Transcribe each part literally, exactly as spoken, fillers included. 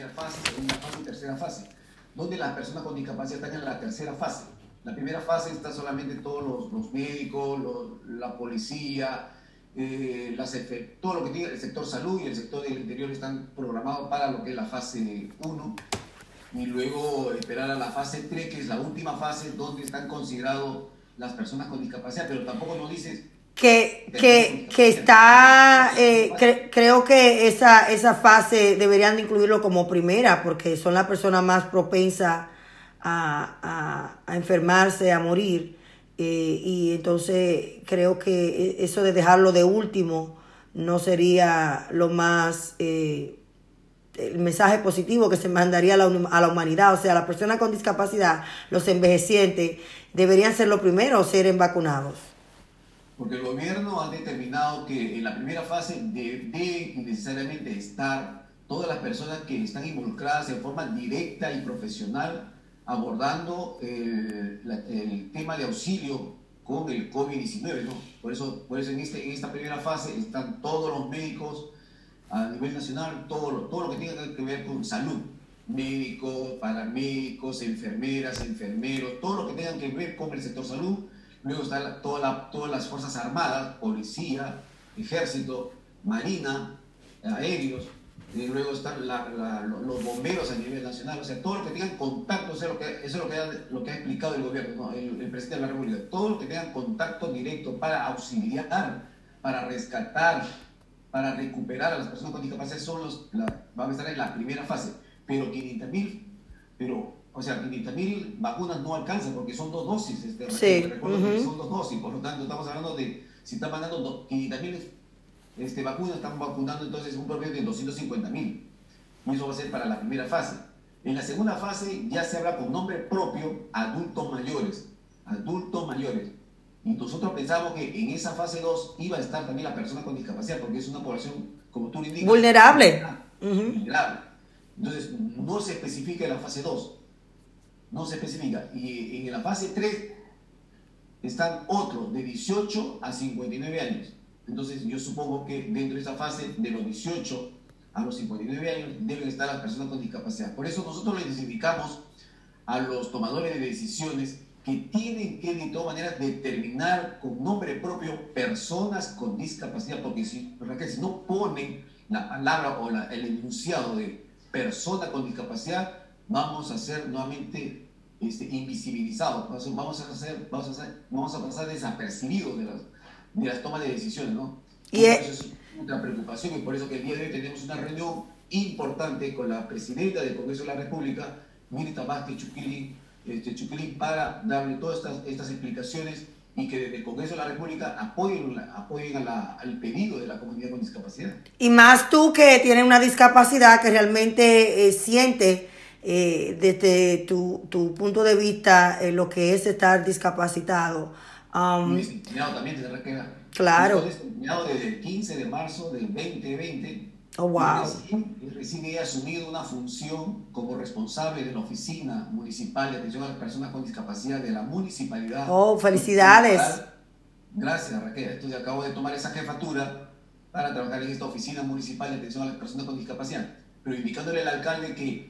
primera fase, segunda fase y tercera fase, donde las personas con discapacidad están en la tercera fase. La primera fase está solamente todos los, los médicos, los, la policía, eh, las, todo lo que tiene el sector salud y el sector del interior están programados para lo que es la fase uno, y luego esperar a la fase tres, que es la última fase donde están considerados las personas con discapacidad, pero tampoco nos dices que que, que está eh, cre, creo que esa esa fase deberían de incluirlo como primera, porque son las personas más propensas a, a, a enfermarse, a morir, eh, y entonces creo que eso de dejarlo de último no sería lo más eh, el mensaje positivo que se mandaría a la, a la humanidad. O sea, las personas con discapacidad, los envejecientes, deberían ser los primeros ser vacunados. Porque el gobierno ha determinado que en la primera fase debe necesariamente estar todas las personas que están involucradas en forma directa y profesional abordando el, la, el tema de auxilio con el COVID diecinueve, ¿no? Por eso, por eso en, este, en esta primera fase están todos los médicos a nivel nacional, todo lo, todo lo que tenga que ver con salud, médicos, paramédicos, enfermeras, enfermeros, todo lo que tenga que ver con el sector salud. Luego están toda la, todas las Fuerzas Armadas, Policía, Ejército, Marina, Aéreos, y luego están la, la, los bomberos a nivel nacional. O sea, todo lo que tengan contacto, eso es lo que, eso es lo que, ha, lo que ha explicado el gobierno, ¿no? el, el presidente de la República. Todo lo que tengan contacto directo para auxiliar, para rescatar, para recuperar a las personas con discapacidad, son los, la, van a estar en la primera fase. Pero quinientas mil, pero... O sea, quinientas mil vacunas no alcanzan porque son dos dosis. Este, sí. Recuerdo Uh-huh. que son dos dosis, por lo tanto estamos hablando de, si están mandando quinientas mil este, vacunas, están vacunando entonces un promedio de doscientos cincuenta mil. Y eso va a ser para la primera fase. En la segunda fase ya se habla con nombre propio adultos mayores. Adultos mayores. Y nosotros pensamos que en esa fase dos iba a estar también la persona con discapacidad, porque es una población, como tú le indicas, vulnerable. vulnerable. Entonces, no se especifica en la fase dos. No se especifica. Y en la fase tres están otros de dieciocho a cincuenta y nueve años. Entonces yo supongo que dentro de esa fase de los dieciocho a los cincuenta y nueve años deben estar las personas con discapacidad. Por eso nosotros le identificamos a los tomadores de decisiones que tienen que de todas maneras determinar con nombre propio personas con discapacidad, porque si, si no ponen la palabra o la, el enunciado de persona con discapacidad, vamos a ser nuevamente este, invisibilizados, vamos a, hacer, vamos, a hacer, vamos a pasar desapercibidos de las, de las tomas de decisiones, ¿no? Y es... Eso es una preocupación, y por eso que el día de hoy tenemos una reunión importante con la presidenta del Congreso de la República, Mirta Vázquez Chuquilín, este, Chuquilín, para darle todas estas, estas explicaciones y que desde el Congreso de la República apoyen, apoyen a la, al pedido de la comunidad con discapacidad. Y más tú que tienes una discapacidad que realmente eh, siente eh, desde tu, tu punto de vista eh, lo que es estar discapacitado. Um, y desempleado también, te requera. Claro. Estoy desempleado desde el quince de marzo del veinte veinte. Oh, wow. Y recién he asumido una función como responsable de la Oficina Municipal de Atención a las Personas con Discapacidad de la Municipalidad. Oh, felicidades. Gracias, Raquel. Entonces acabo de tomar esa jefatura para trabajar en esta Oficina Municipal de Atención a las Personas con Discapacidad, pero indicándole al alcalde que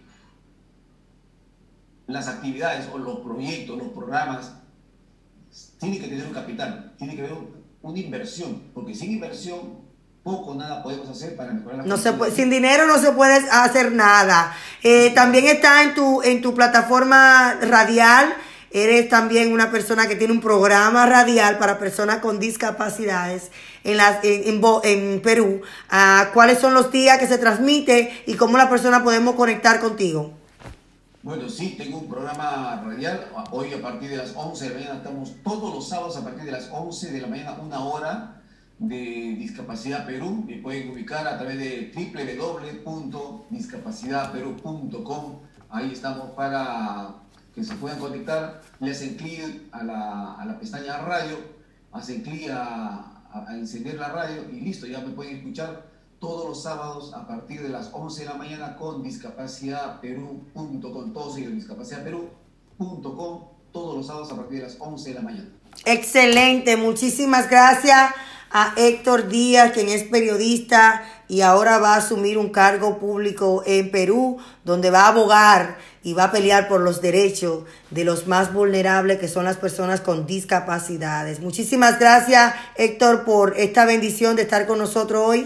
las actividades o los proyectos, los programas, tienen que tener un capital, tiene que haber una inversión, porque sin inversión poco nada podemos hacer para mejorar la no se puede, sin dinero no se puede hacer nada. Eh, también está en tu en tu plataforma radial. Eres también una persona que tiene un programa radial para personas con discapacidades en las en, en, en Perú. Uh, ¿Cuáles son los días que se transmite y cómo la persona podemos conectar contigo? Bueno, sí, tengo un programa radial. Hoy a partir de las once de la mañana estamos todos los sábados a partir de las once de la mañana, una hora de Discapacidad Perú. Me pueden ubicar a través de doble u doble u doble u punto discapacidad perú punto com. Ahí estamos para que se puedan conectar. Le hacen clic a la, a la pestaña radio, hacen clic a, a, a encender la radio y listo, ya me pueden escuchar todos los sábados a partir de las once de la mañana con discapacidad perú punto com. Todos ellos, discapacidad perú punto com, todos los sábados a partir de las once de la mañana. Excelente, muchísimas gracias a Héctor Díaz, quien es periodista y ahora va a asumir un cargo público en Perú, donde va a abogar y va a pelear por los derechos de los más vulnerables, que son las personas con discapacidades. Muchísimas gracias, Héctor, por esta bendición de estar con nosotros hoy.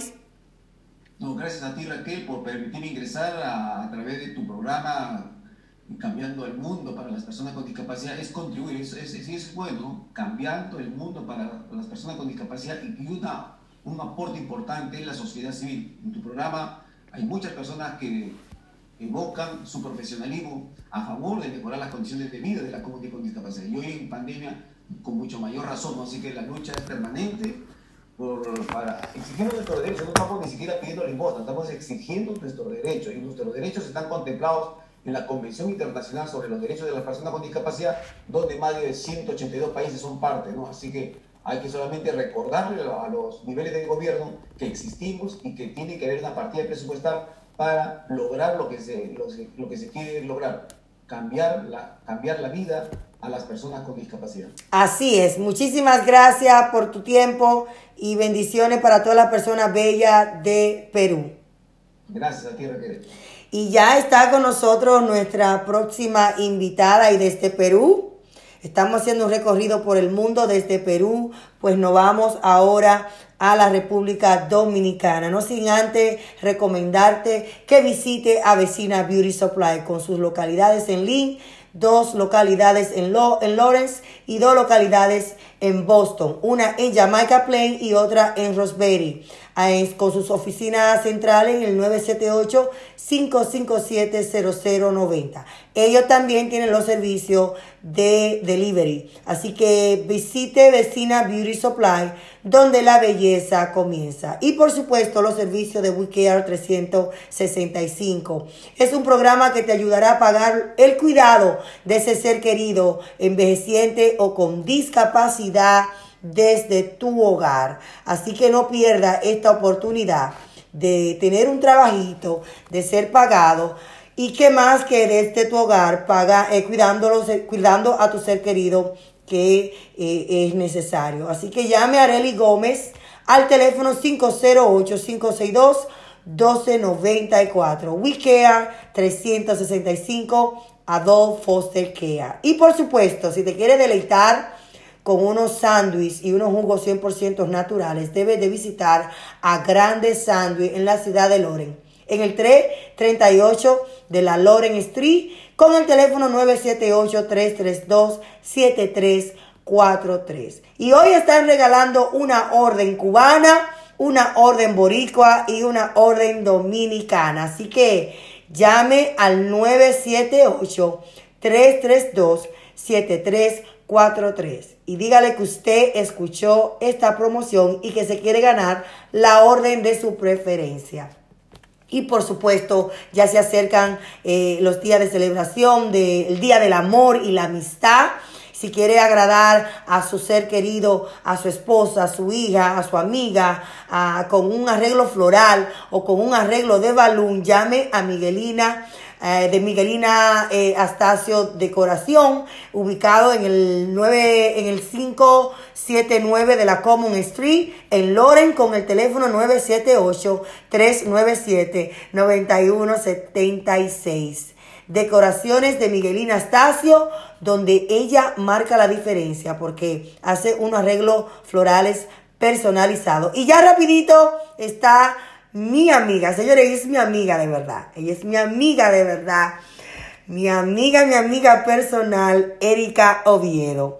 No, gracias a ti, Raquel, por permitirme ingresar a, a través de tu programa Cambiando el Mundo para las personas con discapacidad. Es contribuir, es, es, es, es bueno, cambiando el mundo para las personas con discapacidad y una, un aporte importante en la sociedad civil. En tu programa hay muchas personas que evocan su profesionalismo a favor de mejorar las condiciones de vida de la comunidad con discapacidad. Y hoy en pandemia, con mucho mayor razón, ¿no? Así que la lucha es permanente. Por, para exigir nuestros derechos. No estamos ni siquiera pidiendo limosna, estamos exigiendo nuestros derechos, y nuestros derechos están contemplados en la Convención Internacional sobre los Derechos de las Personas con Discapacidad, donde más de ciento ochenta y dos países son parte, ¿no? Así que hay que solamente recordarle a los niveles de gobierno que existimos y que tiene que haber una partida presupuestal para lograr lo que se, lo, lo que se quiere lograr, cambiar la, cambiar la vida a las personas con discapacidad. Así es. Muchísimas gracias por tu tiempo y bendiciones para todas las personas bellas de Perú. Gracias a ti, Raquel. Y ya está con nosotros nuestra próxima invitada, y desde Perú estamos haciendo un recorrido por el mundo. Desde Perú, pues nos vamos ahora a la República Dominicana. No sin antes recomendarte que visite Avecina Beauty Supply con sus localidades en Lynn, dos localidades en, Lo, en Lawrence y dos localidades en Boston, una en Jamaica Plain y otra en Rosebery, con sus oficinas centrales en el nueve siete ocho, cinco cinco siete, cero cero nueve cero. Ellos también tienen los servicios de delivery, así que visite Vecina Beauty Supply, donde la belleza comienza. Y por supuesto los servicios de We Care trescientos sesenta y cinco. Es un programa que te ayudará a pagar el cuidado de ese ser querido envejeciente o con discapacidad desde tu hogar. Así que no pierdas esta oportunidad de tener un trabajito, de ser pagado, y que más que desde tu hogar paga, eh, cuidándolo, cuidando a tu ser querido, que eh, es necesario. Así que llame a Arely Gómez al teléfono cinco cero ocho, cinco seis dos, uno dos nueve cuatro. We Care trescientos sesenta y cinco, Adult Foster Care. Y por supuesto, si te quieres deleitar con unos sándwiches y unos jugos cien por ciento naturales, debes de visitar a Grandes Sándwich en la ciudad de Lawrence, en el tres treinta y ocho de la Lawrence Street, con el teléfono nueve siete ocho, tres tres dos, siete tres cuatro tres. Y hoy están regalando una orden cubana, una orden boricua y una orden dominicana. Así que llame al nueve siete ocho, tres tres dos, siete tres cuatro tres y dígale que usted escuchó esta promoción y que se quiere ganar la orden de su preferencia. Y por supuesto, ya se acercan eh, los días de celebración del Día del Amor y la Amistad. Si quiere agradar a su ser querido, a su esposa, a su hija, a su amiga, a, con un arreglo floral o con un arreglo de balón, llame a Miguelina, eh, de Miguelina eh, Astacio Decoración, ubicado en el nueve, en el cinco siete nueve de la Common Street, en Lawrence, con el teléfono nueve siete ocho, tres nueve siete, nueve uno siete seis. Decoraciones de Miguelina Astacio, donde ella marca la diferencia porque hace unos arreglos florales personalizados. Y ya rapidito está mi amiga, señores, ella es mi amiga de verdad, ella es mi amiga de verdad, mi amiga, mi amiga personal, Erika Oviedo,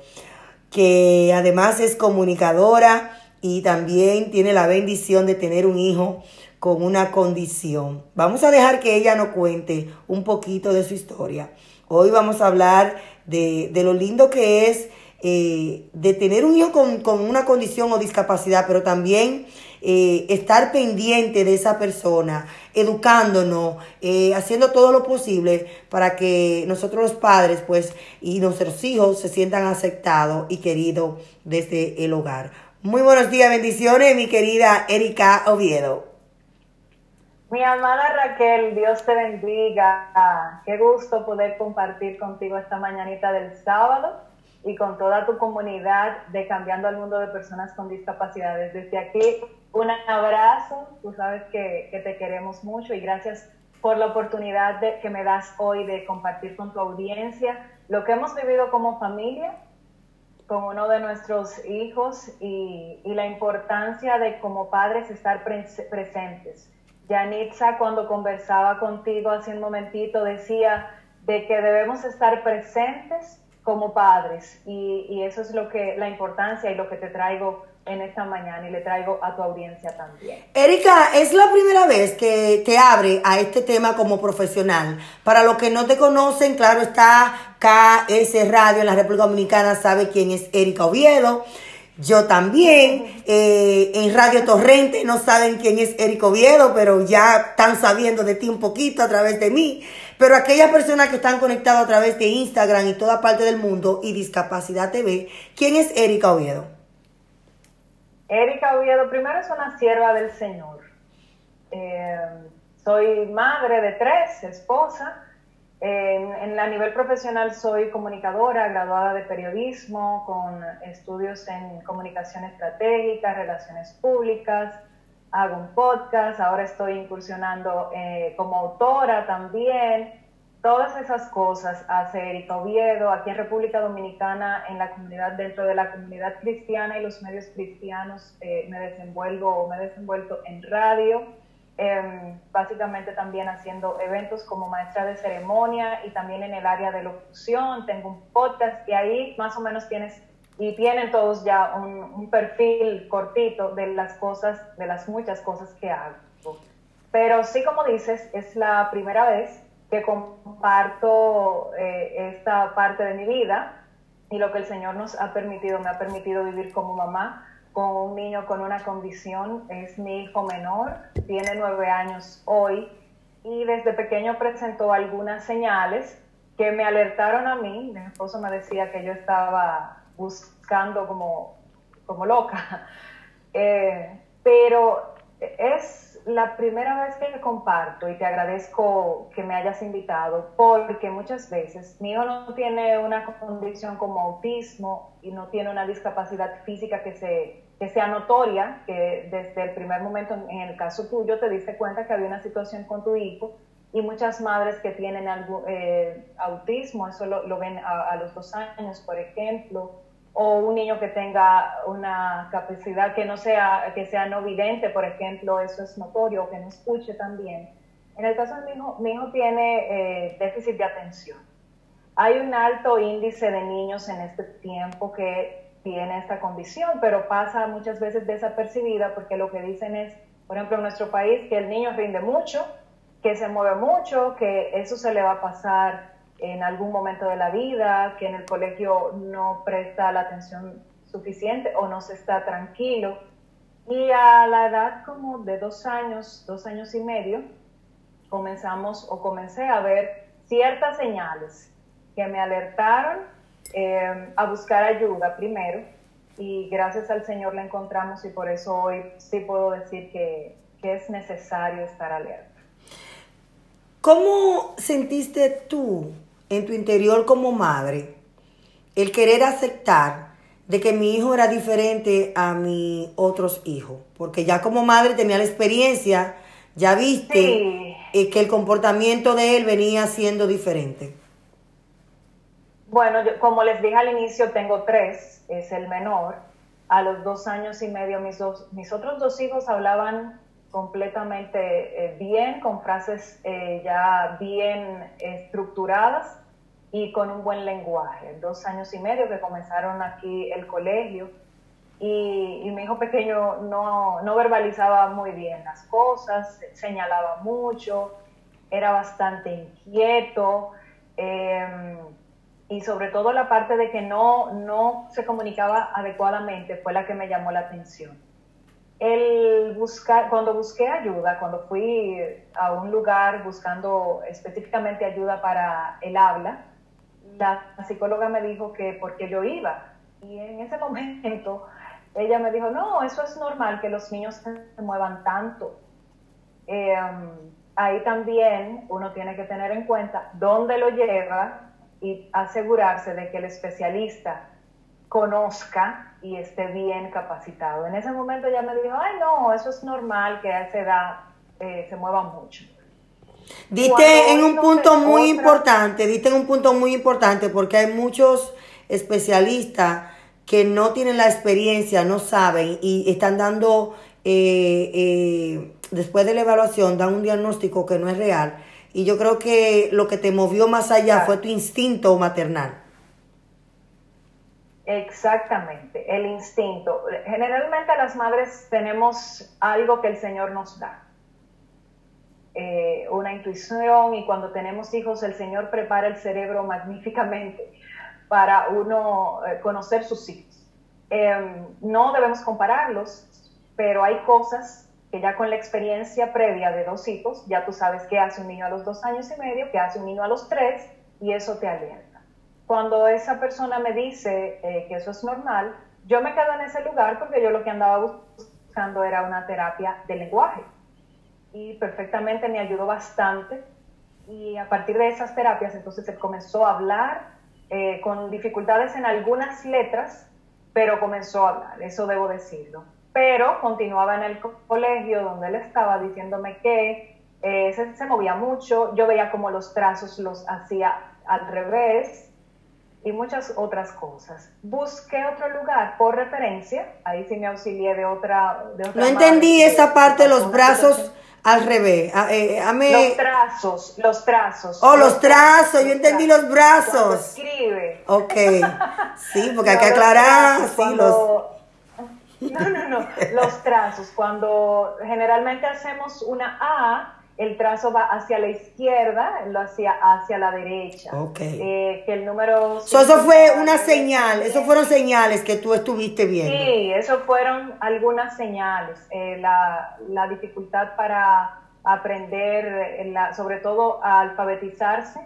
que además es comunicadora y también tiene la bendición de tener un hijo con una condición. Vamos a dejar que ella nos cuente un poquito de su historia. Hoy vamos a hablar de, de lo lindo que es eh, de tener un hijo con, con una condición o discapacidad, pero también eh, estar pendiente de esa persona, educándonos, eh, haciendo todo lo posible para que nosotros los padres, pues, y nuestros hijos se sientan aceptados y queridos desde el hogar. Muy buenos días, bendiciones, mi querida Erika Oviedo. Mi amada Raquel, Dios te bendiga. Qué gusto poder compartir contigo esta mañanita del sábado. y con toda tu comunidad de Cambiando al Mundo de Personas con Discapacidades. Desde aquí, un abrazo, tú sabes que, que te queremos mucho y gracias por la oportunidad de, que me das hoy de compartir con tu audiencia lo que hemos vivido como familia, con uno de nuestros hijos y, y la importancia de como padres estar pre presentes. Yanitza, cuando conversaba contigo hace un momentito, decía de que debemos estar presentes como padres y, y eso es lo que la importancia y lo que te traigo en esta mañana y le traigo a tu audiencia también. Erika, es la primera vez que te abre a este tema como profesional. Para los que no te conocen, claro está, K S Radio en la República Dominicana sabe quién es Erika Oviedo. Yo también, eh, en Radio Torrente no saben quién es Erika Oviedo, pero ya están sabiendo de ti un poquito a través de mí. Pero aquellas personas que están conectadas a través de Instagram y toda parte del mundo y Discapacidad T V, ¿quién es Erika Oviedo? Erika Oviedo, primero es una sierva del Señor. Eh, soy madre de tres, esposa. En, en a nivel profesional soy comunicadora, graduada de periodismo, con estudios en comunicación estratégica, relaciones públicas. Hago un podcast, ahora estoy incursionando eh, como autora también. Todas esas cosas hace Erika Oviedo aquí en República Dominicana, en la comunidad, dentro de la comunidad cristiana y los medios cristianos. Eh, me desenvuelvo o me he desenvuelto en radio, eh, básicamente también haciendo eventos como maestra de ceremonia y también en el área de locución. Tengo un podcast y ahí más o menos tienes, y tienen todos ya un, un perfil cortito de las cosas, de las muchas cosas que hago. Pero sí, como dices, es la primera vez que comparto eh, esta parte de mi vida y lo que el Señor nos ha permitido, me ha permitido vivir como mamá con un niño con una condición. Es mi hijo menor, tiene nueve años hoy y desde pequeño presentó algunas señales que me alertaron a mí. Mi esposo me decía que yo estaba buscando como, como loca, eh, pero es la primera vez que comparto y te agradezco que me hayas invitado, porque muchas veces mi hijo no tiene una condición como autismo y no tiene una discapacidad física que, se, que sea notoria, que desde el primer momento, en el caso tuyo, te diste cuenta que había una situación con tu hijo, y muchas madres que tienen algo, eh, autismo, eso lo, lo ven a, a los dos años, por ejemplo, o un niño que tenga una capacidad que no sea, que sea no vidente, por ejemplo, eso es notorio, o que no escuche también. En el caso de mi hijo, mi hijo tiene eh, déficit de atención. Hay un alto índice de niños en este tiempo que tiene esta condición, pero pasa muchas veces desapercibida porque lo que dicen es, por ejemplo, en nuestro país, que el niño rinde mucho, que se mueve mucho, que eso se le va a pasar en algún momento de la vida, que en el colegio no presta la atención suficiente o no se está tranquilo. Y a la edad como de dos años, dos años y medio, comenzamos o comencé a ver ciertas señales que me alertaron eh, a buscar ayuda primero, y gracias al Señor la encontramos, y por eso hoy sí puedo decir que, que es necesario estar alerta. ¿Cómo sentiste tú en tu interior como madre el querer aceptar de que mi hijo era diferente a mis otros hijos? Porque ya como madre tenía la experiencia, ya viste Sí. eh, que el comportamiento de él venía siendo diferente. Bueno, yo, como les dije al inicio, tengo tres, es el menor. A los dos años y medio mis, dos, mis otros dos hijos hablaban completamente eh, bien, con frases eh, ya bien estructuradas y con un buen lenguaje. Dos años y medio que comenzaron aquí el colegio, y, y mi hijo pequeño no, no verbalizaba muy bien las cosas, señalaba mucho, era bastante inquieto, eh, y sobre todo la parte de que no, no se comunicaba adecuadamente fue la que me llamó la atención. El buscar, cuando busqué ayuda, cuando fui a un lugar buscando específicamente ayuda para el habla, la psicóloga me dijo que por qué yo iba. Y en ese momento ella me dijo, no, eso es normal que los niños se muevan tanto. Eh, ahí también uno tiene que tener en cuenta dónde lo lleva y asegurarse de que el especialista conozca y esté bien capacitado. En ese momento ella me dijo, ay no, eso es normal que a esa edad eh, se mueva mucho. Diste en un punto muy otra... importante, diste en un punto muy importante porque hay muchos especialistas que no tienen la experiencia, no saben y están dando, eh, eh, después de la evaluación, dan un diagnóstico que no es real. Y yo creo que lo que te movió más allá Claro. fue tu instinto maternal. Exactamente, el instinto. Generalmente las madres tenemos algo que el Señor nos da, eh, una intuición, y cuando tenemos hijos el Señor prepara el cerebro magníficamente para uno eh, conocer sus hijos. Eh, no debemos compararlos, pero hay cosas que ya con la experiencia previa de dos hijos, ya tú sabes qué hace un niño a los dos años y medio, qué hace un niño a los tres, y eso te alienta. Cuando esa persona me dice eh, que eso es normal, yo me quedo en ese lugar porque yo lo que andaba buscando era una terapia de lenguaje. Y perfectamente me ayudó bastante. Y a partir de esas terapias, entonces él comenzó a hablar eh, con dificultades en algunas letras, pero comenzó a hablar, eso debo decirlo. Pero continuaba en el co- colegio donde él estaba diciéndome que eh, se, se movía mucho, yo veía como los trazos los hacía al revés, y muchas otras cosas. Busqué otro lugar por referencia, ahí sí me auxilié de otra... De otra No entendí madre, esa parte de los una brazos situación. al revés. Ah, eh, ame- Los trazos, los trazos. Oh, los trazos, yo entendí los Cuando brazos. escribe. Ok, sí, porque hay No, que los aclarar, trazos, sí, cuando- No, no, no, los trazos. Cuando generalmente hacemos una A, el trazo va hacia la izquierda, lo hacía hacia la derecha. Ok. Eh, que el número... So, eso fue cinco, una al revés señal, también. eso fueron señales que tú estuviste viendo. Sí, eso fueron algunas señales. Eh, la, la dificultad para aprender, eh, la, sobre todo a alfabetizarse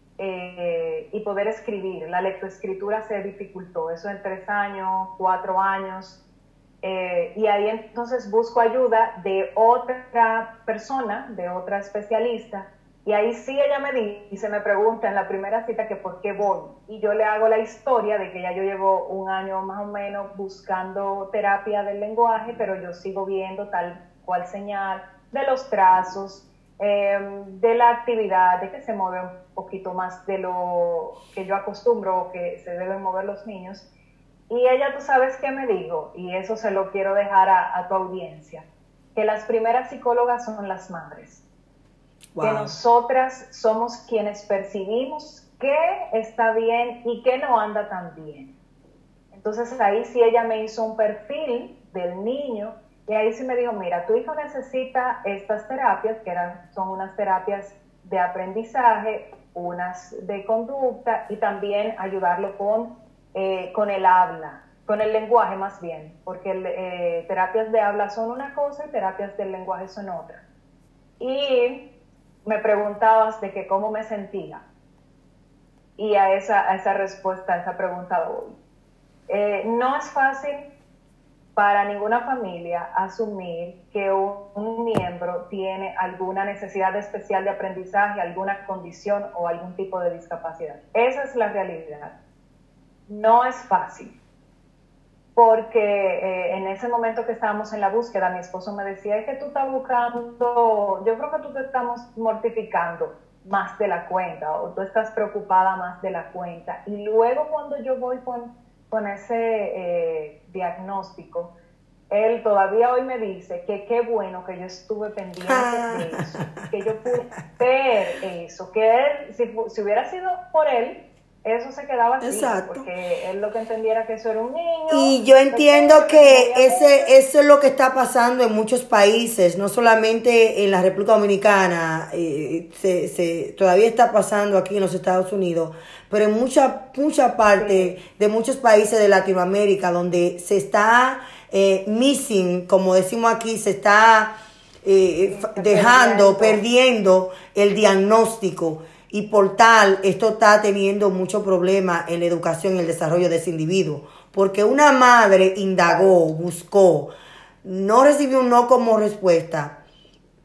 eh, y poder escribir. La lectoescritura se dificultó, eso en tres años, cuatro años. Eh, y ahí entonces busco ayuda de otra persona, de otra especialista, y ahí sí ella me dice, me pregunta en la primera cita que por qué voy, y yo le hago la historia de que ya yo llevo un año más o menos buscando terapia del lenguaje, pero yo sigo viendo tal cual señal de los trazos, eh, de la actividad, de que se mueve un poquito más de lo que yo acostumbro o que se deben mover los niños. Y ella, tú sabes qué me dijo, y eso se lo quiero dejar a, a tu audiencia, que las primeras psicólogas son las madres. Wow. Que nosotras somos quienes percibimos qué está bien y qué no anda tan bien. Entonces ahí sí ella me hizo un perfil del niño, y ahí sí me dijo, mira, tu hijo necesita estas terapias, que eran, son unas terapias de aprendizaje, unas de conducta, y también ayudarlo con... Eh, con el habla, con el lenguaje más bien, porque el, eh, terapias de habla son una cosa y terapias del lenguaje son otra. Y me preguntabas de que cómo me sentía, y a esa, a esa respuesta, a esa pregunta voy. Eh, no es fácil para ninguna familia asumir que un, un miembro tiene alguna necesidad especial de aprendizaje, alguna condición o algún tipo de discapacidad. Esa es la realidad. No es fácil, porque eh, en ese momento que estábamos en la búsqueda, mi esposo me decía, es que tú estás buscando, yo creo que tú te estamos mortificando más de la cuenta, o tú estás preocupada más de la cuenta. Y luego cuando yo voy con, con ese eh, diagnóstico, él todavía hoy me dice que qué bueno que yo estuve pendiente de eso, que yo pude ver eso, que él, si, si hubiera sido por él, eso se quedaba así. Exacto. Porque él lo que entendía era que eso era un niño. Y yo entiendo que ese, eso es lo que está pasando en muchos países, no solamente en la República Dominicana, eh, se, se, todavía está pasando aquí en los Estados Unidos, pero en mucha, mucha parte sí. de muchos países de Latinoamérica donde se está eh, missing, como decimos aquí, se está eh, sí, dejando, perdiendo. perdiendo el diagnóstico. Y por tal, esto está teniendo mucho problema en la educación y el desarrollo de ese individuo. Porque una madre indagó, buscó, no recibió un no como respuesta.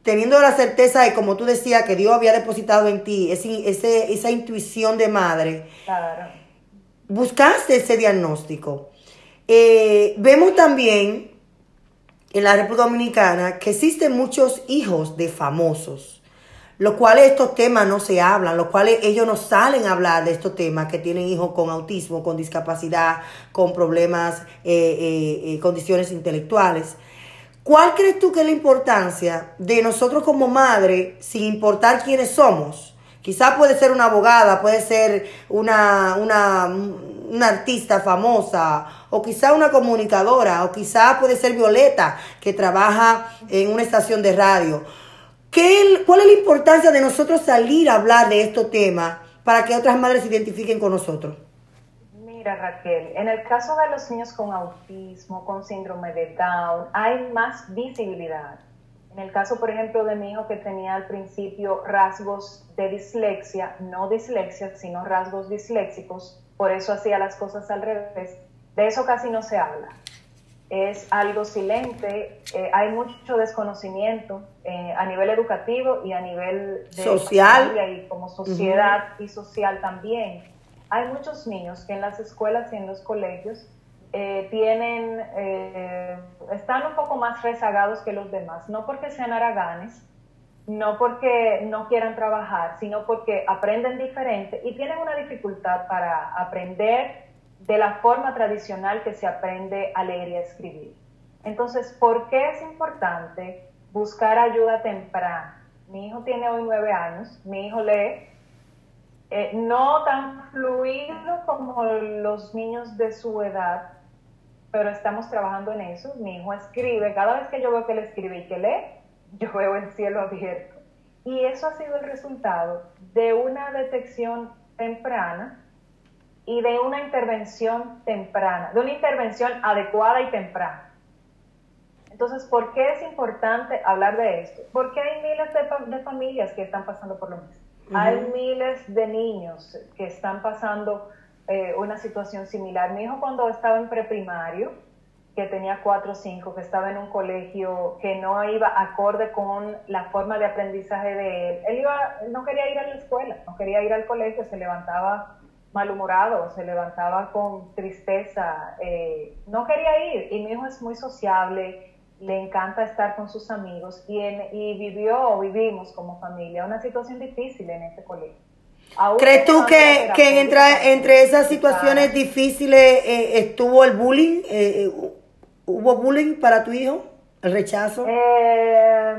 teniendo la certeza de, como tú decías, que Dios había depositado en ti ese, ese, esa intuición de madre, Claro. buscaste ese diagnóstico. Eh, vemos también en la República Dominicana que existen muchos hijos de famosos, los cuales estos temas no se hablan, los cuales ellos no salen a hablar de estos temas, que tienen hijos con autismo, con discapacidad, con problemas, eh, eh, eh, condiciones intelectuales. ¿Cuál crees tú que es la importancia de nosotros como madre, sin importar quiénes somos? Quizá puede ser una abogada, puede ser una, una, una artista famosa, o quizá una comunicadora, o quizá puede ser Violeta, que trabaja en una estación de radio. ¿Qué, ¿Cuál es la importancia de nosotros salir a hablar de estos temas para que otras madres se identifiquen con nosotros? Mira, Raquel, en el caso de los niños con autismo, con síndrome de Down, hay más visibilidad. En el caso, por ejemplo, de mi hijo que tenía al principio rasgos de dislexia, no dislexia, sino rasgos disléxicos, por eso hacía las cosas al revés, de eso casi no se habla. Es algo silente, eh, hay mucho desconocimiento eh, a nivel educativo y a nivel de social familia y como sociedad uh-huh. y social también. Hay muchos niños que en las escuelas y en los colegios eh, tienen, eh, están un poco más rezagados que los demás, no porque sean haraganes, no porque no quieran trabajar, sino porque aprenden diferente y tienen una dificultad para aprender de la forma tradicional que se aprende a leer y a escribir. Entonces, ¿por qué es importante buscar ayuda temprana? Mi hijo tiene hoy nueve años, mi hijo lee, Eh, no tan fluido como los niños de su edad, pero estamos trabajando en eso. Mi hijo escribe, cada vez que yo veo que él escribe y que lee, yo veo el cielo abierto. Y eso ha sido el resultado de una detección temprana y de una intervención temprana, de una intervención adecuada y temprana. Entonces, ¿por qué es importante hablar de esto? Porque hay miles de, de familias que están pasando por lo mismo. Uh-huh. Hay miles de niños que están pasando eh, una situación similar. Mi hijo cuando estaba en preprimario, que tenía cuatro o cinco, que estaba en un colegio que no iba acorde con la forma de aprendizaje de él, él iba, no quería ir a la escuela, no quería ir al colegio, se levantaba malhumorado, se levantaba con tristeza, eh, no quería ir. Y mi hijo es muy sociable, le encanta estar con sus amigos y, en, y vivió o vivimos como familia una situación difícil en ese colegio. Aún ¿Crees tú que, que entre, entre esas situaciones difíciles eh, estuvo el bullying? Eh, ¿Hubo bullying para tu hijo? ¿El rechazo? Eh,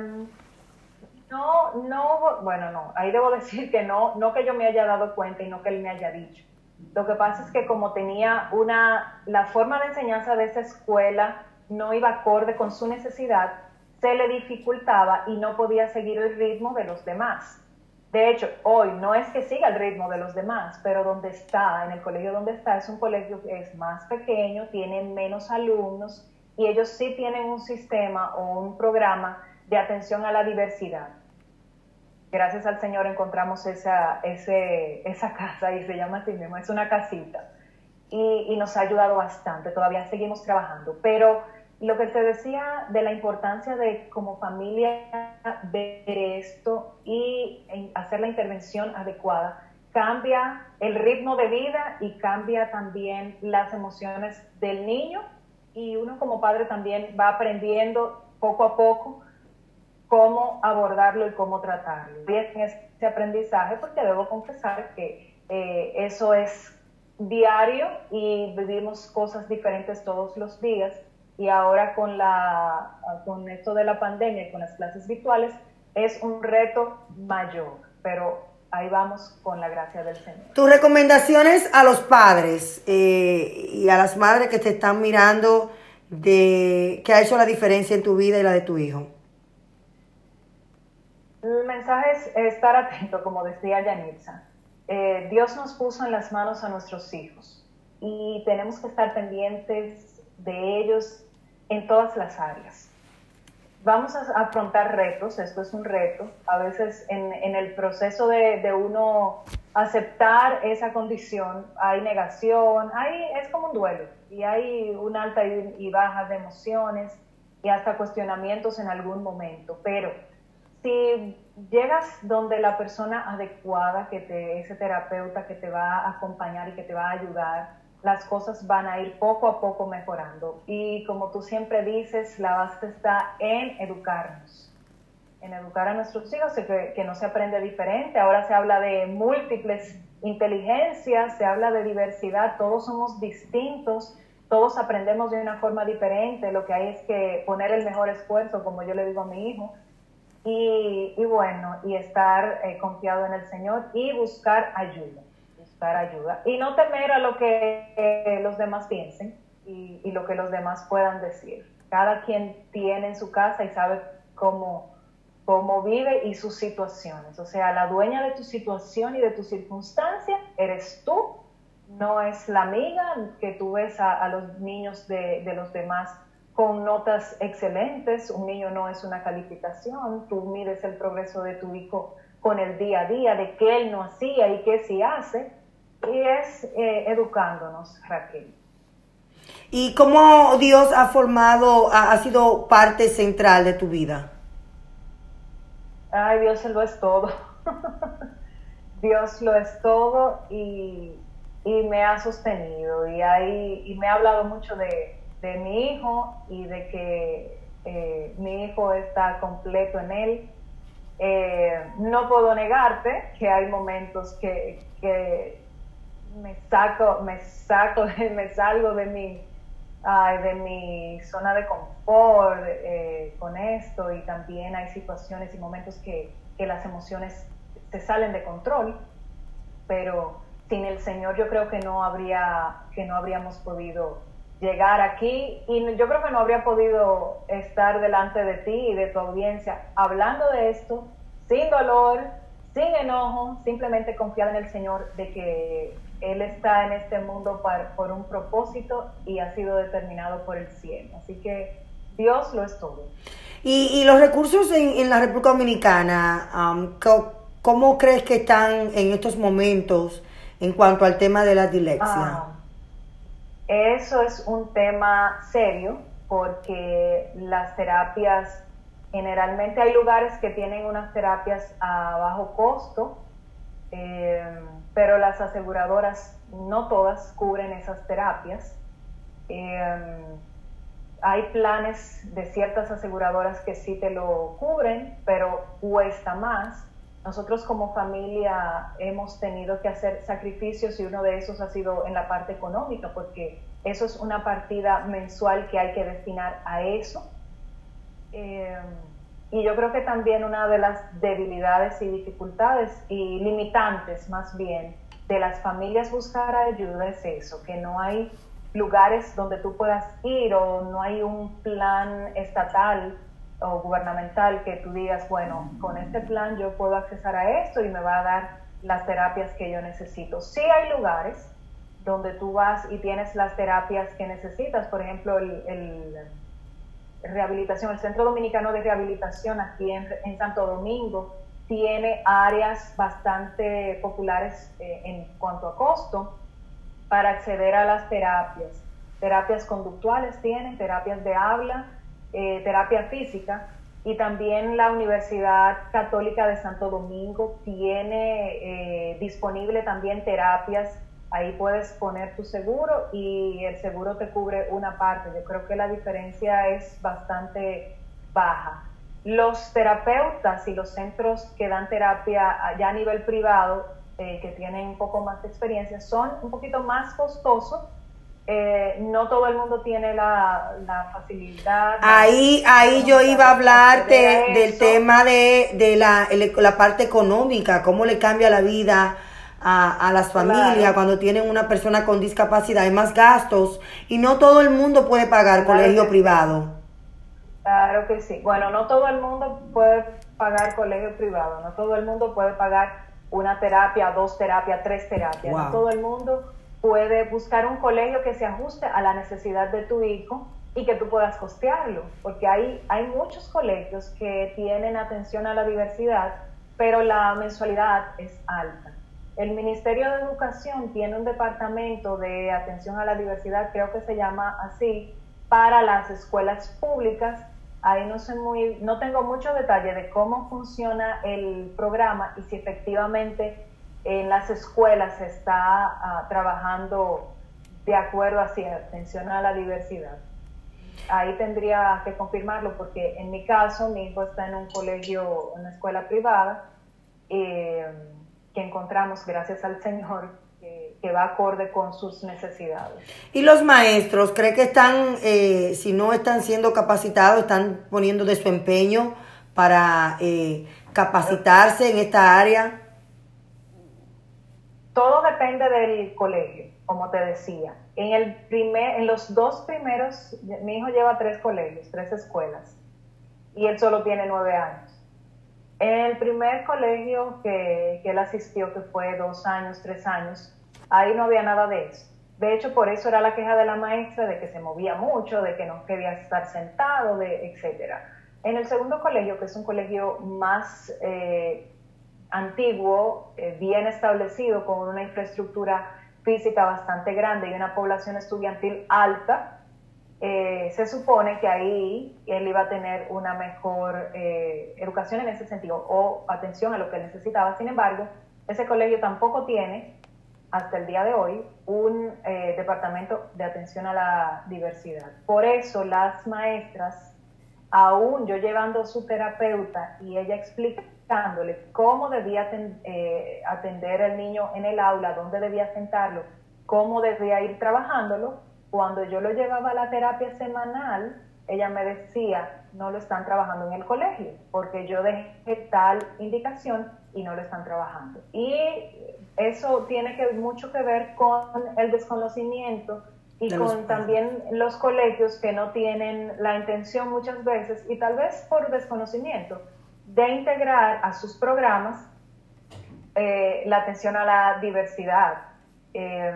no, no hubo, bueno, no, ahí debo decir que no, no que yo me haya dado cuenta y no que él me haya dicho. Lo que pasa es que como tenía una, la forma de enseñanza de esa escuela no iba acorde con su necesidad, se le dificultaba y no podía seguir el ritmo de los demás. De hecho, hoy no es que siga el ritmo de los demás, pero donde está, en el colegio donde está, es un colegio que es más pequeño, tiene menos alumnos y ellos sí tienen un sistema o un programa de atención a la diversidad. Gracias al Señor encontramos esa, ese, esa casa y se llama así mismo, es una casita y, y nos ha ayudado bastante, todavía seguimos trabajando, pero lo que te decía de la importancia de como familia ver esto y hacer la intervención adecuada, cambia el ritmo de vida y cambia también las emociones del niño y uno como padre también va aprendiendo poco a poco cómo abordarlo y cómo tratarlo. Y es en este aprendizaje porque debo confesar que eh, eso es diario y vivimos cosas diferentes todos los días. Y ahora con, la, con esto de la pandemia y con las clases virtuales es un reto mayor, pero ahí vamos con la gracia del Señor. Tus recomendaciones a los padres eh, y a las madres que te están mirando, de ¿qué ha hecho la diferencia en tu vida y la de tu hijo? El mensaje es estar atento, como decía Yanitza. Eh, Dios nos puso en las manos a nuestros hijos y tenemos que estar pendientes de ellos en todas las áreas. Vamos a afrontar retos, esto es un reto, a veces en, en el proceso de, de uno aceptar esa condición hay negación, hay, es como un duelo y hay una alta y, y baja de emociones y hasta cuestionamientos en algún momento, pero si llegas donde la persona adecuada, que te, ese terapeuta que te va a acompañar y que te va a ayudar, las cosas van a ir poco a poco mejorando. Y como tú siempre dices, la base está en educarnos, en educar a nuestros hijos, que, que no se aprende diferente. Ahora se habla de múltiples inteligencias, se habla de diversidad, todos somos distintos, todos aprendemos de una forma diferente. Lo que hay es que poner el mejor esfuerzo, como yo le digo a mi hijo, y, y bueno, y estar eh, confiado en el Señor y buscar ayuda. Buscar ayuda y no temer a lo que eh, los demás piensen y, y lo que los demás puedan decir. Cada quien tiene en su casa y sabe cómo, cómo vive y sus situaciones. O sea, la dueña de tu situación y de tu circunstancia eres tú, no es la amiga que tú ves a, a los niños de, de los demás con notas excelentes. Un niño no es una calificación, tú mides el progreso de tu hijo con el día a día, de qué él no hacía y qué sí hace. Y es eh, educándonos, Raquel. ¿Y cómo Dios ha formado, ha, ha sido parte central de tu vida? Ay, Dios lo es todo. Dios lo es todo y, y me ha sostenido. Y, hay, y me ha hablado mucho de, de mi hijo y de que eh, mi hijo está completo en él. Eh, no puedo negarte que hay momentos que... que me saco, me saco, me salgo de mi, ay, de mi zona de confort eh, con esto, y también hay situaciones y momentos que, que las emociones se salen de control, pero sin el Señor yo creo que no habría, que no habríamos podido llegar aquí, y yo creo que no habría podido estar delante de ti y de tu audiencia hablando de esto sin dolor, sin enojo, simplemente confiar en el Señor de que Él está en este mundo para, por un propósito y ha sido determinado por el cielo. Así que Dios lo es todo. Y, y los recursos en, en la República Dominicana, um, ¿cómo crees que están en estos momentos en cuanto al tema de la dislexia? Ah, eso es un tema serio porque las terapias, generalmente hay lugares que tienen unas terapias a bajo costo, eh, pero las aseguradoras no todas cubren esas terapias. Eh, hay planes de ciertas aseguradoras que sí te lo cubren, pero cuesta más. Nosotros como familia hemos tenido que hacer sacrificios y uno de esos ha sido en la parte económica, porque eso es una partida mensual que hay que destinar a eso. Eh, y yo creo que también una de las debilidades y dificultades y limitantes más bien de las familias buscar ayuda es eso, que no hay lugares donde tú puedas ir o no hay un plan estatal o gubernamental que tú digas, bueno, con este plan yo puedo accesar a esto y me va a dar las terapias que yo necesito. Sí hay lugares donde tú vas y tienes las terapias que necesitas, por ejemplo, el, el rehabilitación, el Centro Dominicano de Rehabilitación aquí en, en Santo Domingo tiene áreas bastante populares eh, en cuanto a costo para acceder a las terapias. Terapias conductuales tienen, terapias de habla, eh, terapia física, y también la Universidad Católica de Santo Domingo tiene eh, disponible también terapias. Ahí puedes poner tu seguro y el seguro te cubre una parte. Yo creo que la diferencia es bastante baja. Los terapeutas y los centros que dan terapia ya a nivel privado, eh, que tienen un poco más de experiencia, son un poquito más costosos. Eh, no todo el mundo tiene la, la facilidad. Ahí, ahí yo iba a hablarte del tema de, de la, la parte económica, cómo le cambia la vida a, a las familias, claro, cuando tienen una persona con discapacidad. Hay más gastos y no todo el mundo puede pagar claro colegio privado. Claro que sí. Bueno, no todo el mundo puede pagar colegio privado, no todo el mundo puede pagar una terapia, dos terapias, tres terapias. Wow. No todo el mundo puede buscar un colegio que se ajuste a la necesidad de tu hijo y que tú puedas costearlo, porque hay, hay muchos colegios que tienen atención a la diversidad, pero la mensualidad es alta. El Ministerio de Educación tiene un departamento de atención a la diversidad, creo que se llama así, para las escuelas públicas, Ahí no sé muy, no tengo mucho detalle de cómo funciona el programa y si efectivamente en las escuelas se está uh, trabajando de acuerdo así, atención a la diversidad. Ahí tendría que confirmarlo porque en mi caso mi hijo está en un colegio, una escuela privada eh, que encontramos, gracias al Señor, que, que va acorde con sus necesidades. ¿Y los maestros, cree que están, eh, si no están siendo capacitados, están poniendo de su empeño para eh, capacitarse en esta área? Todo depende del colegio, como te decía. En, el primer, en los dos primeros, mi hijo lleva tres colegios, tres escuelas, y él solo tiene nueve años. En el primer colegio que, que él asistió, que fue dos años, tres años, ahí no había nada de eso. De hecho, por eso era la queja de la maestra, de que se movía mucho, de que no quería estar sentado, de, etcétera. En el segundo colegio, que es un colegio más eh, antiguo, eh, bien establecido, con una infraestructura física bastante grande y una población estudiantil alta, eh, se supone que ahí él iba a tener una mejor eh, educación en ese sentido o atención a lo que él necesitaba. Sin embargo, ese colegio tampoco tiene, hasta el día de hoy, un eh, departamento de atención a la diversidad. Por eso las maestras, aún yo llevando a su terapeuta y ella explicándole cómo debía eh, atender al niño en el aula, dónde debía sentarlo, cómo debía ir trabajándolo, cuando yo lo llevaba a la terapia semanal, ella me decía, no lo están trabajando en el colegio, porque yo dejé tal indicación y no lo están trabajando. Y eso tiene que, mucho que ver con el desconocimiento y con también los colegios que no tienen la intención muchas veces, y tal vez por desconocimiento, de integrar a sus programas eh, la atención a la diversidad. Eh,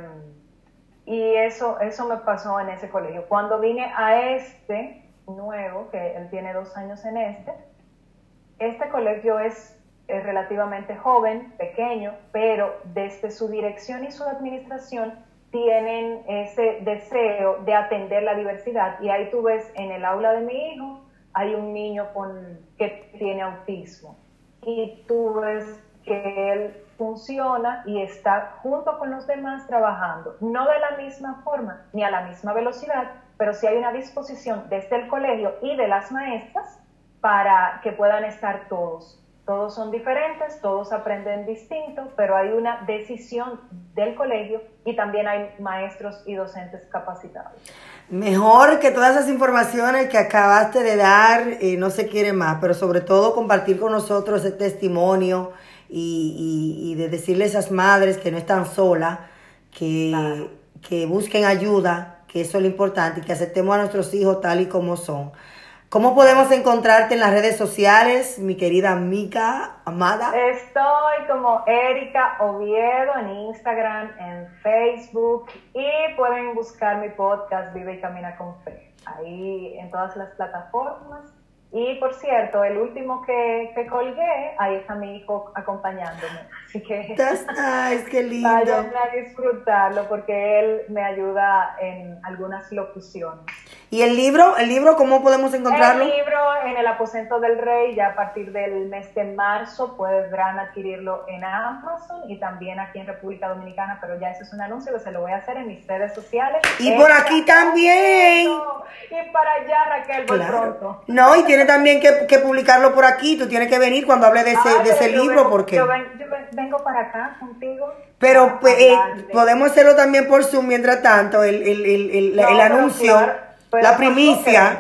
y eso, eso me pasó en ese colegio. Cuando vine a este nuevo, que él tiene dos años en este, este colegio es, es relativamente joven, pequeño, pero desde su dirección y su administración tienen ese deseo de atender la diversidad. Y ahí tú ves en el aula de mi hijo, hay un niño con, que tiene autismo. Y tú ves que él funciona y está junto con los demás trabajando. No de la misma forma, ni a la misma velocidad, pero sí hay una disposición desde el colegio y de las maestras para que puedan estar todos. Todos son diferentes, todos aprenden distinto, pero hay una decisión del colegio y también hay maestros y docentes capacitados. Mejor que todas esas informaciones que acabaste de dar, eh, no se quiere más, pero sobre todo compartir con nosotros ese testimonio y, y, y de decirle a esas madres que no están solas, que, claro, que busquen ayuda, que eso es lo importante, y que aceptemos a nuestros hijos tal y como son. ¿Cómo podemos encontrarte en las redes sociales, mi querida amiga amada? Estoy como Erika Oviedo en Instagram, en Facebook, y pueden buscar mi podcast Vive y Camina con Fe, ahí en todas las plataformas. Y por cierto, el último que, que colgué, ahí está mi hijo acompañándome. Así que That's nice, qué lindo. Vayan a disfrutarlo porque él me ayuda en algunas locuciones. ¿Y el libro? ¿El libro cómo podemos encontrarlo? El libro en el Aposento del Rey, ya a partir del mes de marzo podrán adquirirlo en Amazon y también aquí en República Dominicana, pero ya ese es un anuncio que se lo voy a hacer en mis redes sociales. Y por aquí también. Y para allá, Raquel, voy claro. pronto. No, y tiene también que, que publicarlo por aquí. Tú tienes que venir cuando hable de ese, ah, de ese libro, vengo, porque... Yo, ven, yo vengo para acá contigo. Pero pues, eh, podemos hacerlo también por Zoom mientras tanto, el, el, el, el, no, el anuncio, claro, la primicia.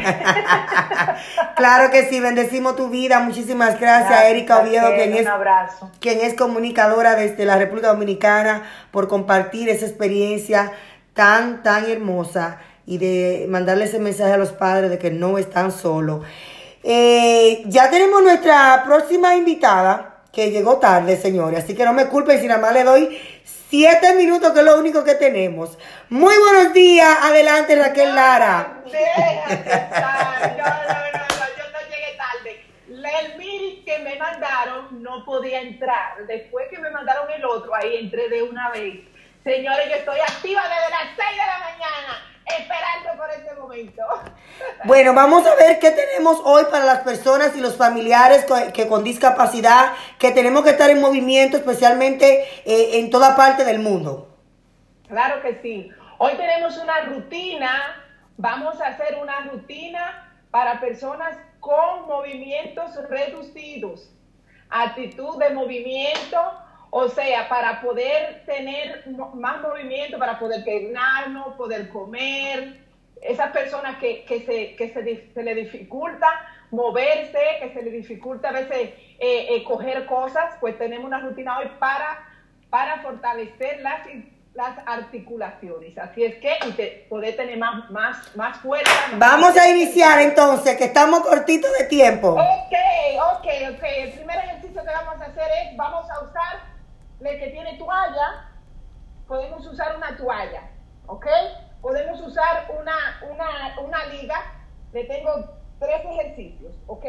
Claro que sí, bendecimos tu vida. Muchísimas gracias, gracias Erika Oviedo, quien es, quien es comunicadora desde la República Dominicana, por compartir esa experiencia tan, tan hermosa y de mandarle ese mensaje a los padres de que no están solos. Eh, ya tenemos nuestra próxima invitada, que llegó tarde, señores, así que no me culpen si nada más le doy siete minutos, que es lo único que tenemos. Muy buenos días, adelante Raquel no, Lara. Déjate estar. No, no, no, no, yo no llegué tarde. El mail que me mandaron no podía entrar. Después que me mandaron el otro, ahí entré de una vez. Señores, yo estoy activa desde las seis de la mañana, esperando por este momento. momento. Bueno, vamos a ver qué tenemos hoy para las personas y los familiares co- que con discapacidad, que tenemos que estar en movimiento, especialmente eh, en toda parte del mundo. Claro que sí. Hoy tenemos una rutina, vamos a hacer una rutina para personas con movimientos reducidos, actitud de movimiento, o sea, para poder tener mo- más movimiento, para poder peinarnos, poder comer. Esas personas que, que, se, que se, dif- se le dificulta moverse, que se le dificulta a veces eh, eh, coger cosas, pues tenemos una rutina hoy para, para fortalecer las, las articulaciones. Así es que y te, poder tener más, más, más fuerza. Más Vamos a iniciar entonces, que estamos cortitos de tiempo. Ok, ok, ok. El primer ejercicio que vamos a hacer es, vamos a usar, el que tiene toalla, podemos usar una toalla, ¿ok? Podemos usar una, una, una liga. Le tengo tres ejercicios, ¿ok?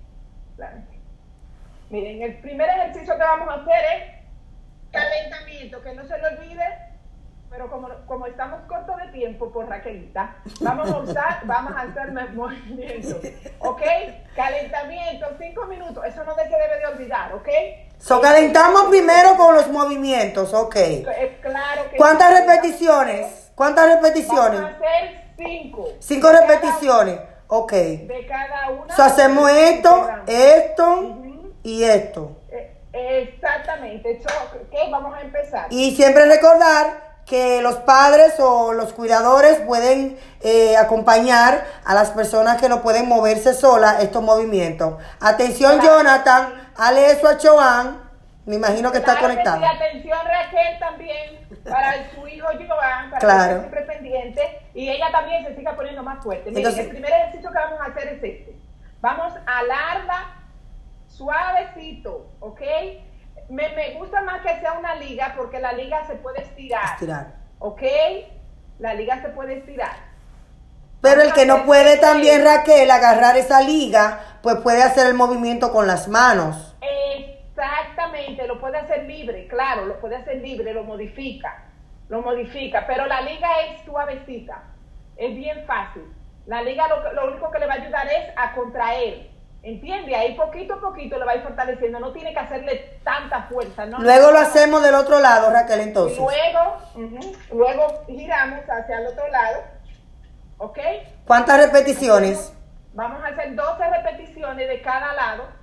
Miren, el primer ejercicio que vamos a hacer es calentamiento, que no se le olvide, pero como, como estamos cortos de tiempo por Raquelita, vamos a usar, vamos a hacer más movimiento, ¿ok? Calentamiento, cinco minutos, eso no se debe de olvidar, ¿ok? So, calentamos primero con los movimientos, ok. Eh, Claro que ¿Cuántas sí. repeticiones? ¿Cuántas repeticiones? Vamos a hacer cinco. Cinco De cada- repeticiones, ok. De cada una. So, hacemos esto, esto Ujú. y esto. Eh, Exactamente. So, ¿qué? Vamos a empezar. Y siempre recordar que los padres o los cuidadores pueden eh, acompañar a las personas que no pueden moverse solas estos movimientos. Atención, Claro. Jonathan, hale eso a Joan. Me imagino que está Claro que conectado. sí, atención Raquel también, para su hijo Joan, para Claro. que esté siempre pendiente y ella también se siga poniendo más fuerte. Miren, Entonces- el primer ejercicio que vamos a hacer es este. Vamos a alarla suavecito, ¿ok? Me, me gusta más que sea una liga porque la liga se puede estirar, Estirar. ¿ok? La liga se puede estirar. Pero el que no Vamos a puede hacer también, seis. Raquel, agarrar esa liga, pues puede hacer el movimiento con las manos. Exactamente, lo puede hacer libre, claro, lo puede hacer libre, lo modifica, lo modifica, pero la liga es suavecita, es bien fácil. La liga lo, lo único que le va a ayudar es a contraer, ¿entiende? Ahí poquito a poquito le va a ir fortaleciendo, no tiene que hacerle tanta fuerza, ¿no? Luego No, lo no, no. hacemos del otro lado, Raquel, Y entonces. luego, ujú, luego giramos hacia el otro lado, ¿ok? ¿Cuántas repeticiones? Vamos a hacer doce repeticiones de cada lado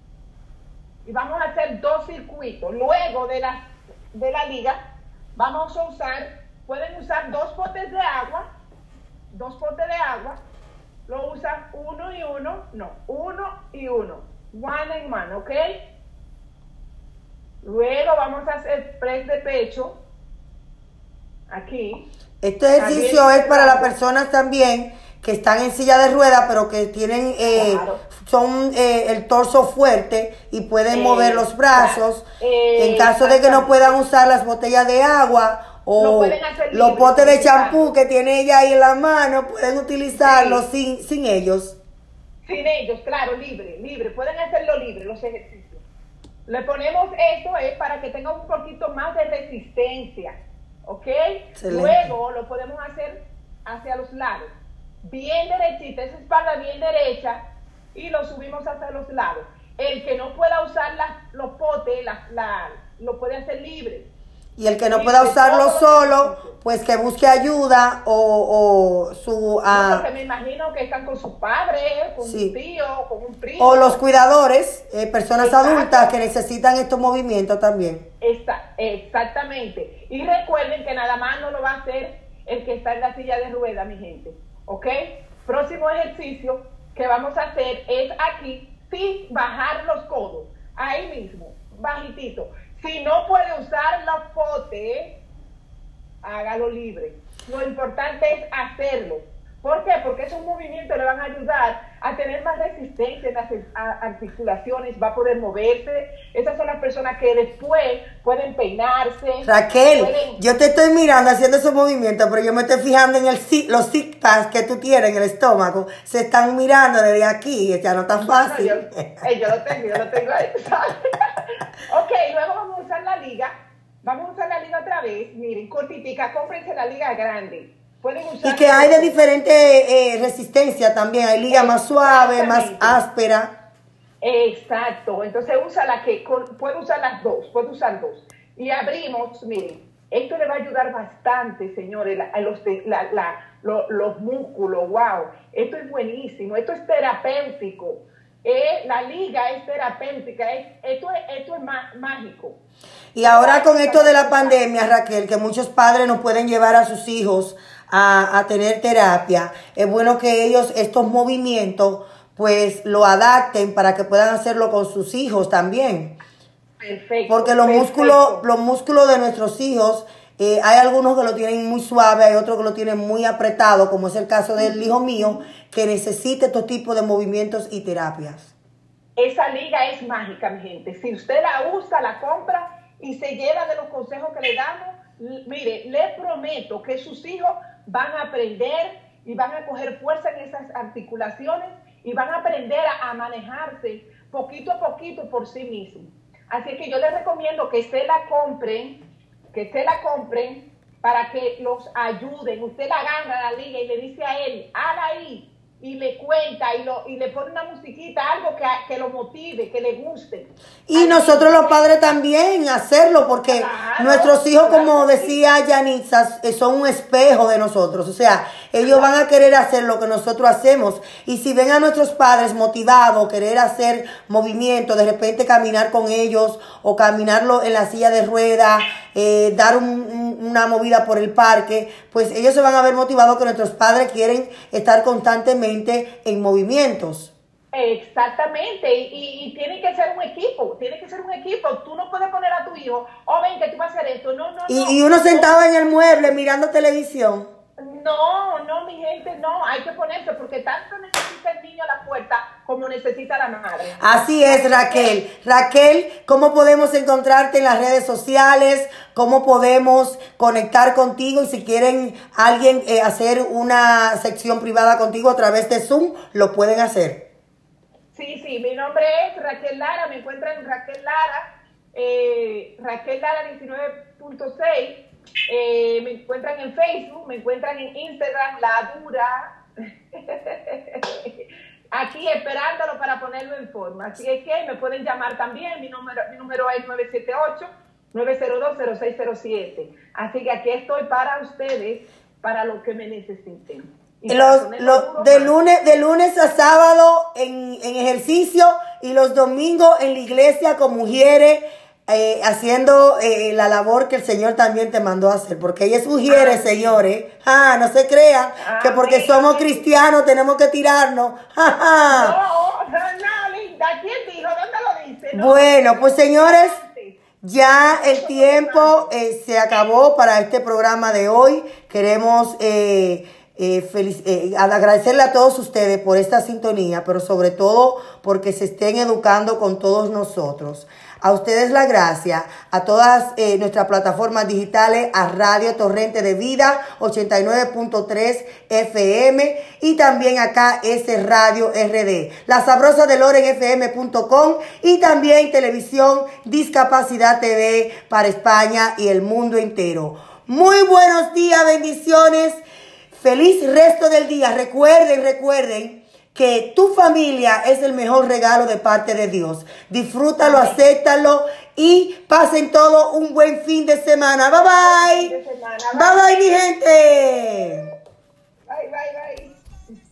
y vamos a hacer dos circuitos. Luego de la, de la liga, vamos a usar, pueden usar dos potes de agua, dos potes de agua, lo usan uno y uno, no, uno y uno, one and one, ¿ok? Luego vamos a hacer press de pecho, aquí. Este ejercicio También- es para las personas también que están en silla de ruedas, pero que tienen, eh, Claro. son eh, el torso fuerte y pueden Eh, mover los brazos. eh, en caso de que no puedan usar las botellas de agua Lo o pueden hacer los libre, potes de utilizando. champú que tiene ella ahí en la mano, pueden utilizarlos Sí. sin, sin ellos. Sin ellos, claro, libre, libre. Pueden hacerlo libre, los ejercicios. Le ponemos esto es para que tenga un poquito más de resistencia, ¿ok? Excelente. Luego lo podemos hacer hacia los lados. Bien derechita, esa espalda bien derecha y lo subimos hacia los lados. El que no pueda usar la- los potes, la, la- lo puede hacer libre. Y el que no Sí, pueda de usarlo todos los solo, ejercicios. pues que busque ayuda o, o su... ah, Porque me imagino que están con su padre, con Sí. un tío, con un primo. o los cuidadores, eh, personas Exacto. adultas que necesitan estos movimientos también. Esta- exactamente. Y recuerden que nada más no lo va a hacer el que está en la silla de ruedas, mi gente. ¿Ok? Próximo ejercicio que vamos a hacer es aquí, sin bajar los codos. Ahí mismo, bajitito. Si no puede usar los potes, hágalo libre. Lo importante es hacerlo. ¿Por qué? Porque esos movimientos le van a ayudar a tener más resistencia en las a- articulaciones, va a poder moverse. Esas son las personas que después pueden peinarse. Raquel, pueden- yo te estoy mirando haciendo esos movimientos, pero yo me estoy fijando en el si- los six packs que tú tienes en el estómago. Se están mirando desde aquí, ya no tan No, fácil. yo, eh, yo lo tengo, yo lo tengo ahí. ¿sabes? Ok, luego vamos a usar la liga. Vamos a usar la liga otra vez. Miren, cortitica, cómprense la liga grande. Pueden usar y que hay de diferente eh, resistencia también. Hay liga más suave, más áspera. Exacto. Entonces usa la que, con, puede usar las dos, puede usar dos. Y abrimos, miren, esto le va a ayudar bastante, señores, a los, la, la, los, los músculos, wow. Esto es buenísimo, esto es terapéutico. Eh, la liga es terapéutica, es, esto, es, esto es má, mágico. Y ahora con esto de la pandemia, Raquel, que muchos padres no pueden llevar a sus hijos a, a tener terapia, es bueno que ellos estos movimientos pues lo adapten para que puedan hacerlo con sus hijos también. Perfecto. Porque los perfecto. músculos, los músculos de nuestros hijos, eh, hay algunos que lo tienen muy suave, hay otros que lo tienen muy apretado, como es el caso del hijo mío, que necesita estos tipos de movimientos y terapias. Esa liga es mágica, mi gente. Si usted la usa, la compra y se lleva de los consejos que le damos, mire, le prometo que sus hijos van a aprender y van a coger fuerza en esas articulaciones y van a aprender a, a manejarse poquito a poquito por sí mismos. Así que yo les recomiendo que se la compren, que se la compren para que los ayuden. Usted la agarra a la liga y le dice a él, haga ahí, y le cuenta y, lo, y le pone una musiquita, algo que, que lo motive, que le guste. Y nosotros los padres también hacerlo, porque claro, nuestros hijos, claro, como sí. decía Yanitza, son un espejo de nosotros. O sea, ellos van a querer hacer lo que nosotros hacemos. Y si ven a nuestros padres motivados, querer hacer movimiento, de repente caminar con ellos o caminarlo en la silla de ruedas, eh, dar un, un, una movida por el parque, pues ellos se van a ver motivados que nuestros padres quieren estar constantemente en movimientos. Exactamente, y, y, y tiene que ser un equipo, tiene que ser un equipo. Tú no puedes poner a tu hijo, oh, ven que tú vas a hacer esto, no, no, y, no. Y uno sentado en el mueble mirando televisión. No, no, mi gente, no, hay que ponerse, porque tanto necesita el niño a la puerta como necesita la madre. Así es, Raquel. Raquel, ¿cómo podemos encontrarte en las redes sociales? ¿Cómo podemos conectar contigo? Y si quieren alguien eh, hacer una sección privada contigo a través de Zoom, lo pueden hacer. Sí, sí, mi nombre es Raquel Lara, me encuentran en Raquel Lara, eh, Raquel Lara diecinueve punto seis. Eh, me encuentran en Facebook, me encuentran en Instagram, La Dura, aquí esperándolo para ponerlo en forma. Así es que me pueden llamar también, mi número, mi número es nueve siete ocho, nueve cero dos, cero seis cero siete. Así que aquí estoy para ustedes, para lo que me necesiten. Los, los, de, lunes, de lunes a sábado en, en ejercicio y los domingos en la iglesia con mujeres. Eh, haciendo eh, la labor que el Señor también te mandó a hacer, porque ella es mujeres, ah, señores. Ah, no se crean ah, que porque sí, somos sí. cristianos tenemos que tirarnos. No, no, no, linda, ¿quién dijo? ¿Dónde lo dice? No, bueno, pues señores, ya el tiempo eh, se acabó para este programa de hoy. Queremos eh, eh, feliz, eh, agradecerle a todos ustedes por esta sintonía, pero sobre todo porque se estén educando con todos nosotros. A ustedes la gracia, a todas eh, nuestras plataformas digitales, a Radio Torrente de Vida, ochenta y nueve punto tres F M y también acá S Radio R D, La Sabrosa de Loren F M punto com y también Televisión Discapacidad T V para España y el mundo entero. Muy buenos días, bendiciones, feliz resto del día. Recuerden, recuerden que tu familia es el mejor regalo de parte de Dios. Disfrútalo, amén, acéptalo y pasen todo un buen fin de semana. Bye bye. De semana. Bye bye, bye, mi gente. Bye, bye, bye.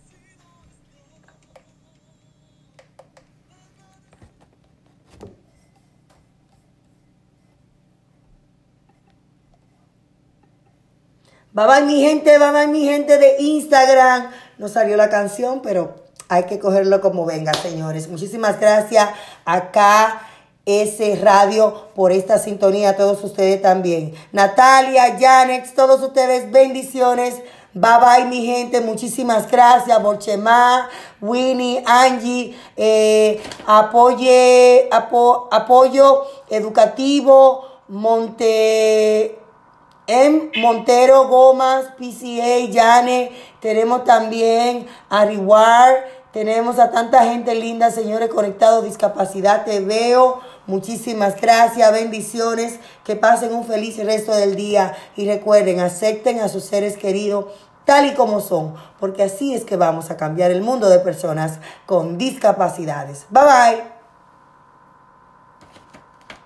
Bye bye, mi gente. Bye bye, mi gente de Instagram. No salió la canción, pero hay que cogerlo como venga, señores. Muchísimas gracias acá, S Radio, por esta sintonía. A todos ustedes también. Natalia, Janet, todos ustedes, bendiciones. Bye bye, mi gente. Muchísimas gracias. Borchemá, Winnie, Angie, eh, apoye, apo, apoyo educativo, Monte... En Montero, Gomas, P C A, Yane, tenemos también a Reward, tenemos a tanta gente linda, señores, conectados, Discapacidad Te Veo. Muchísimas gracias, bendiciones, que pasen un feliz resto del día y recuerden, acepten a sus seres queridos tal y como son, porque así es que vamos a cambiar el mundo de personas con discapacidades. Bye bye.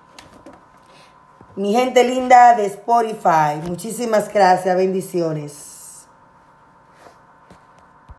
Mi gente linda de Spotify, muchísimas gracias, bendiciones.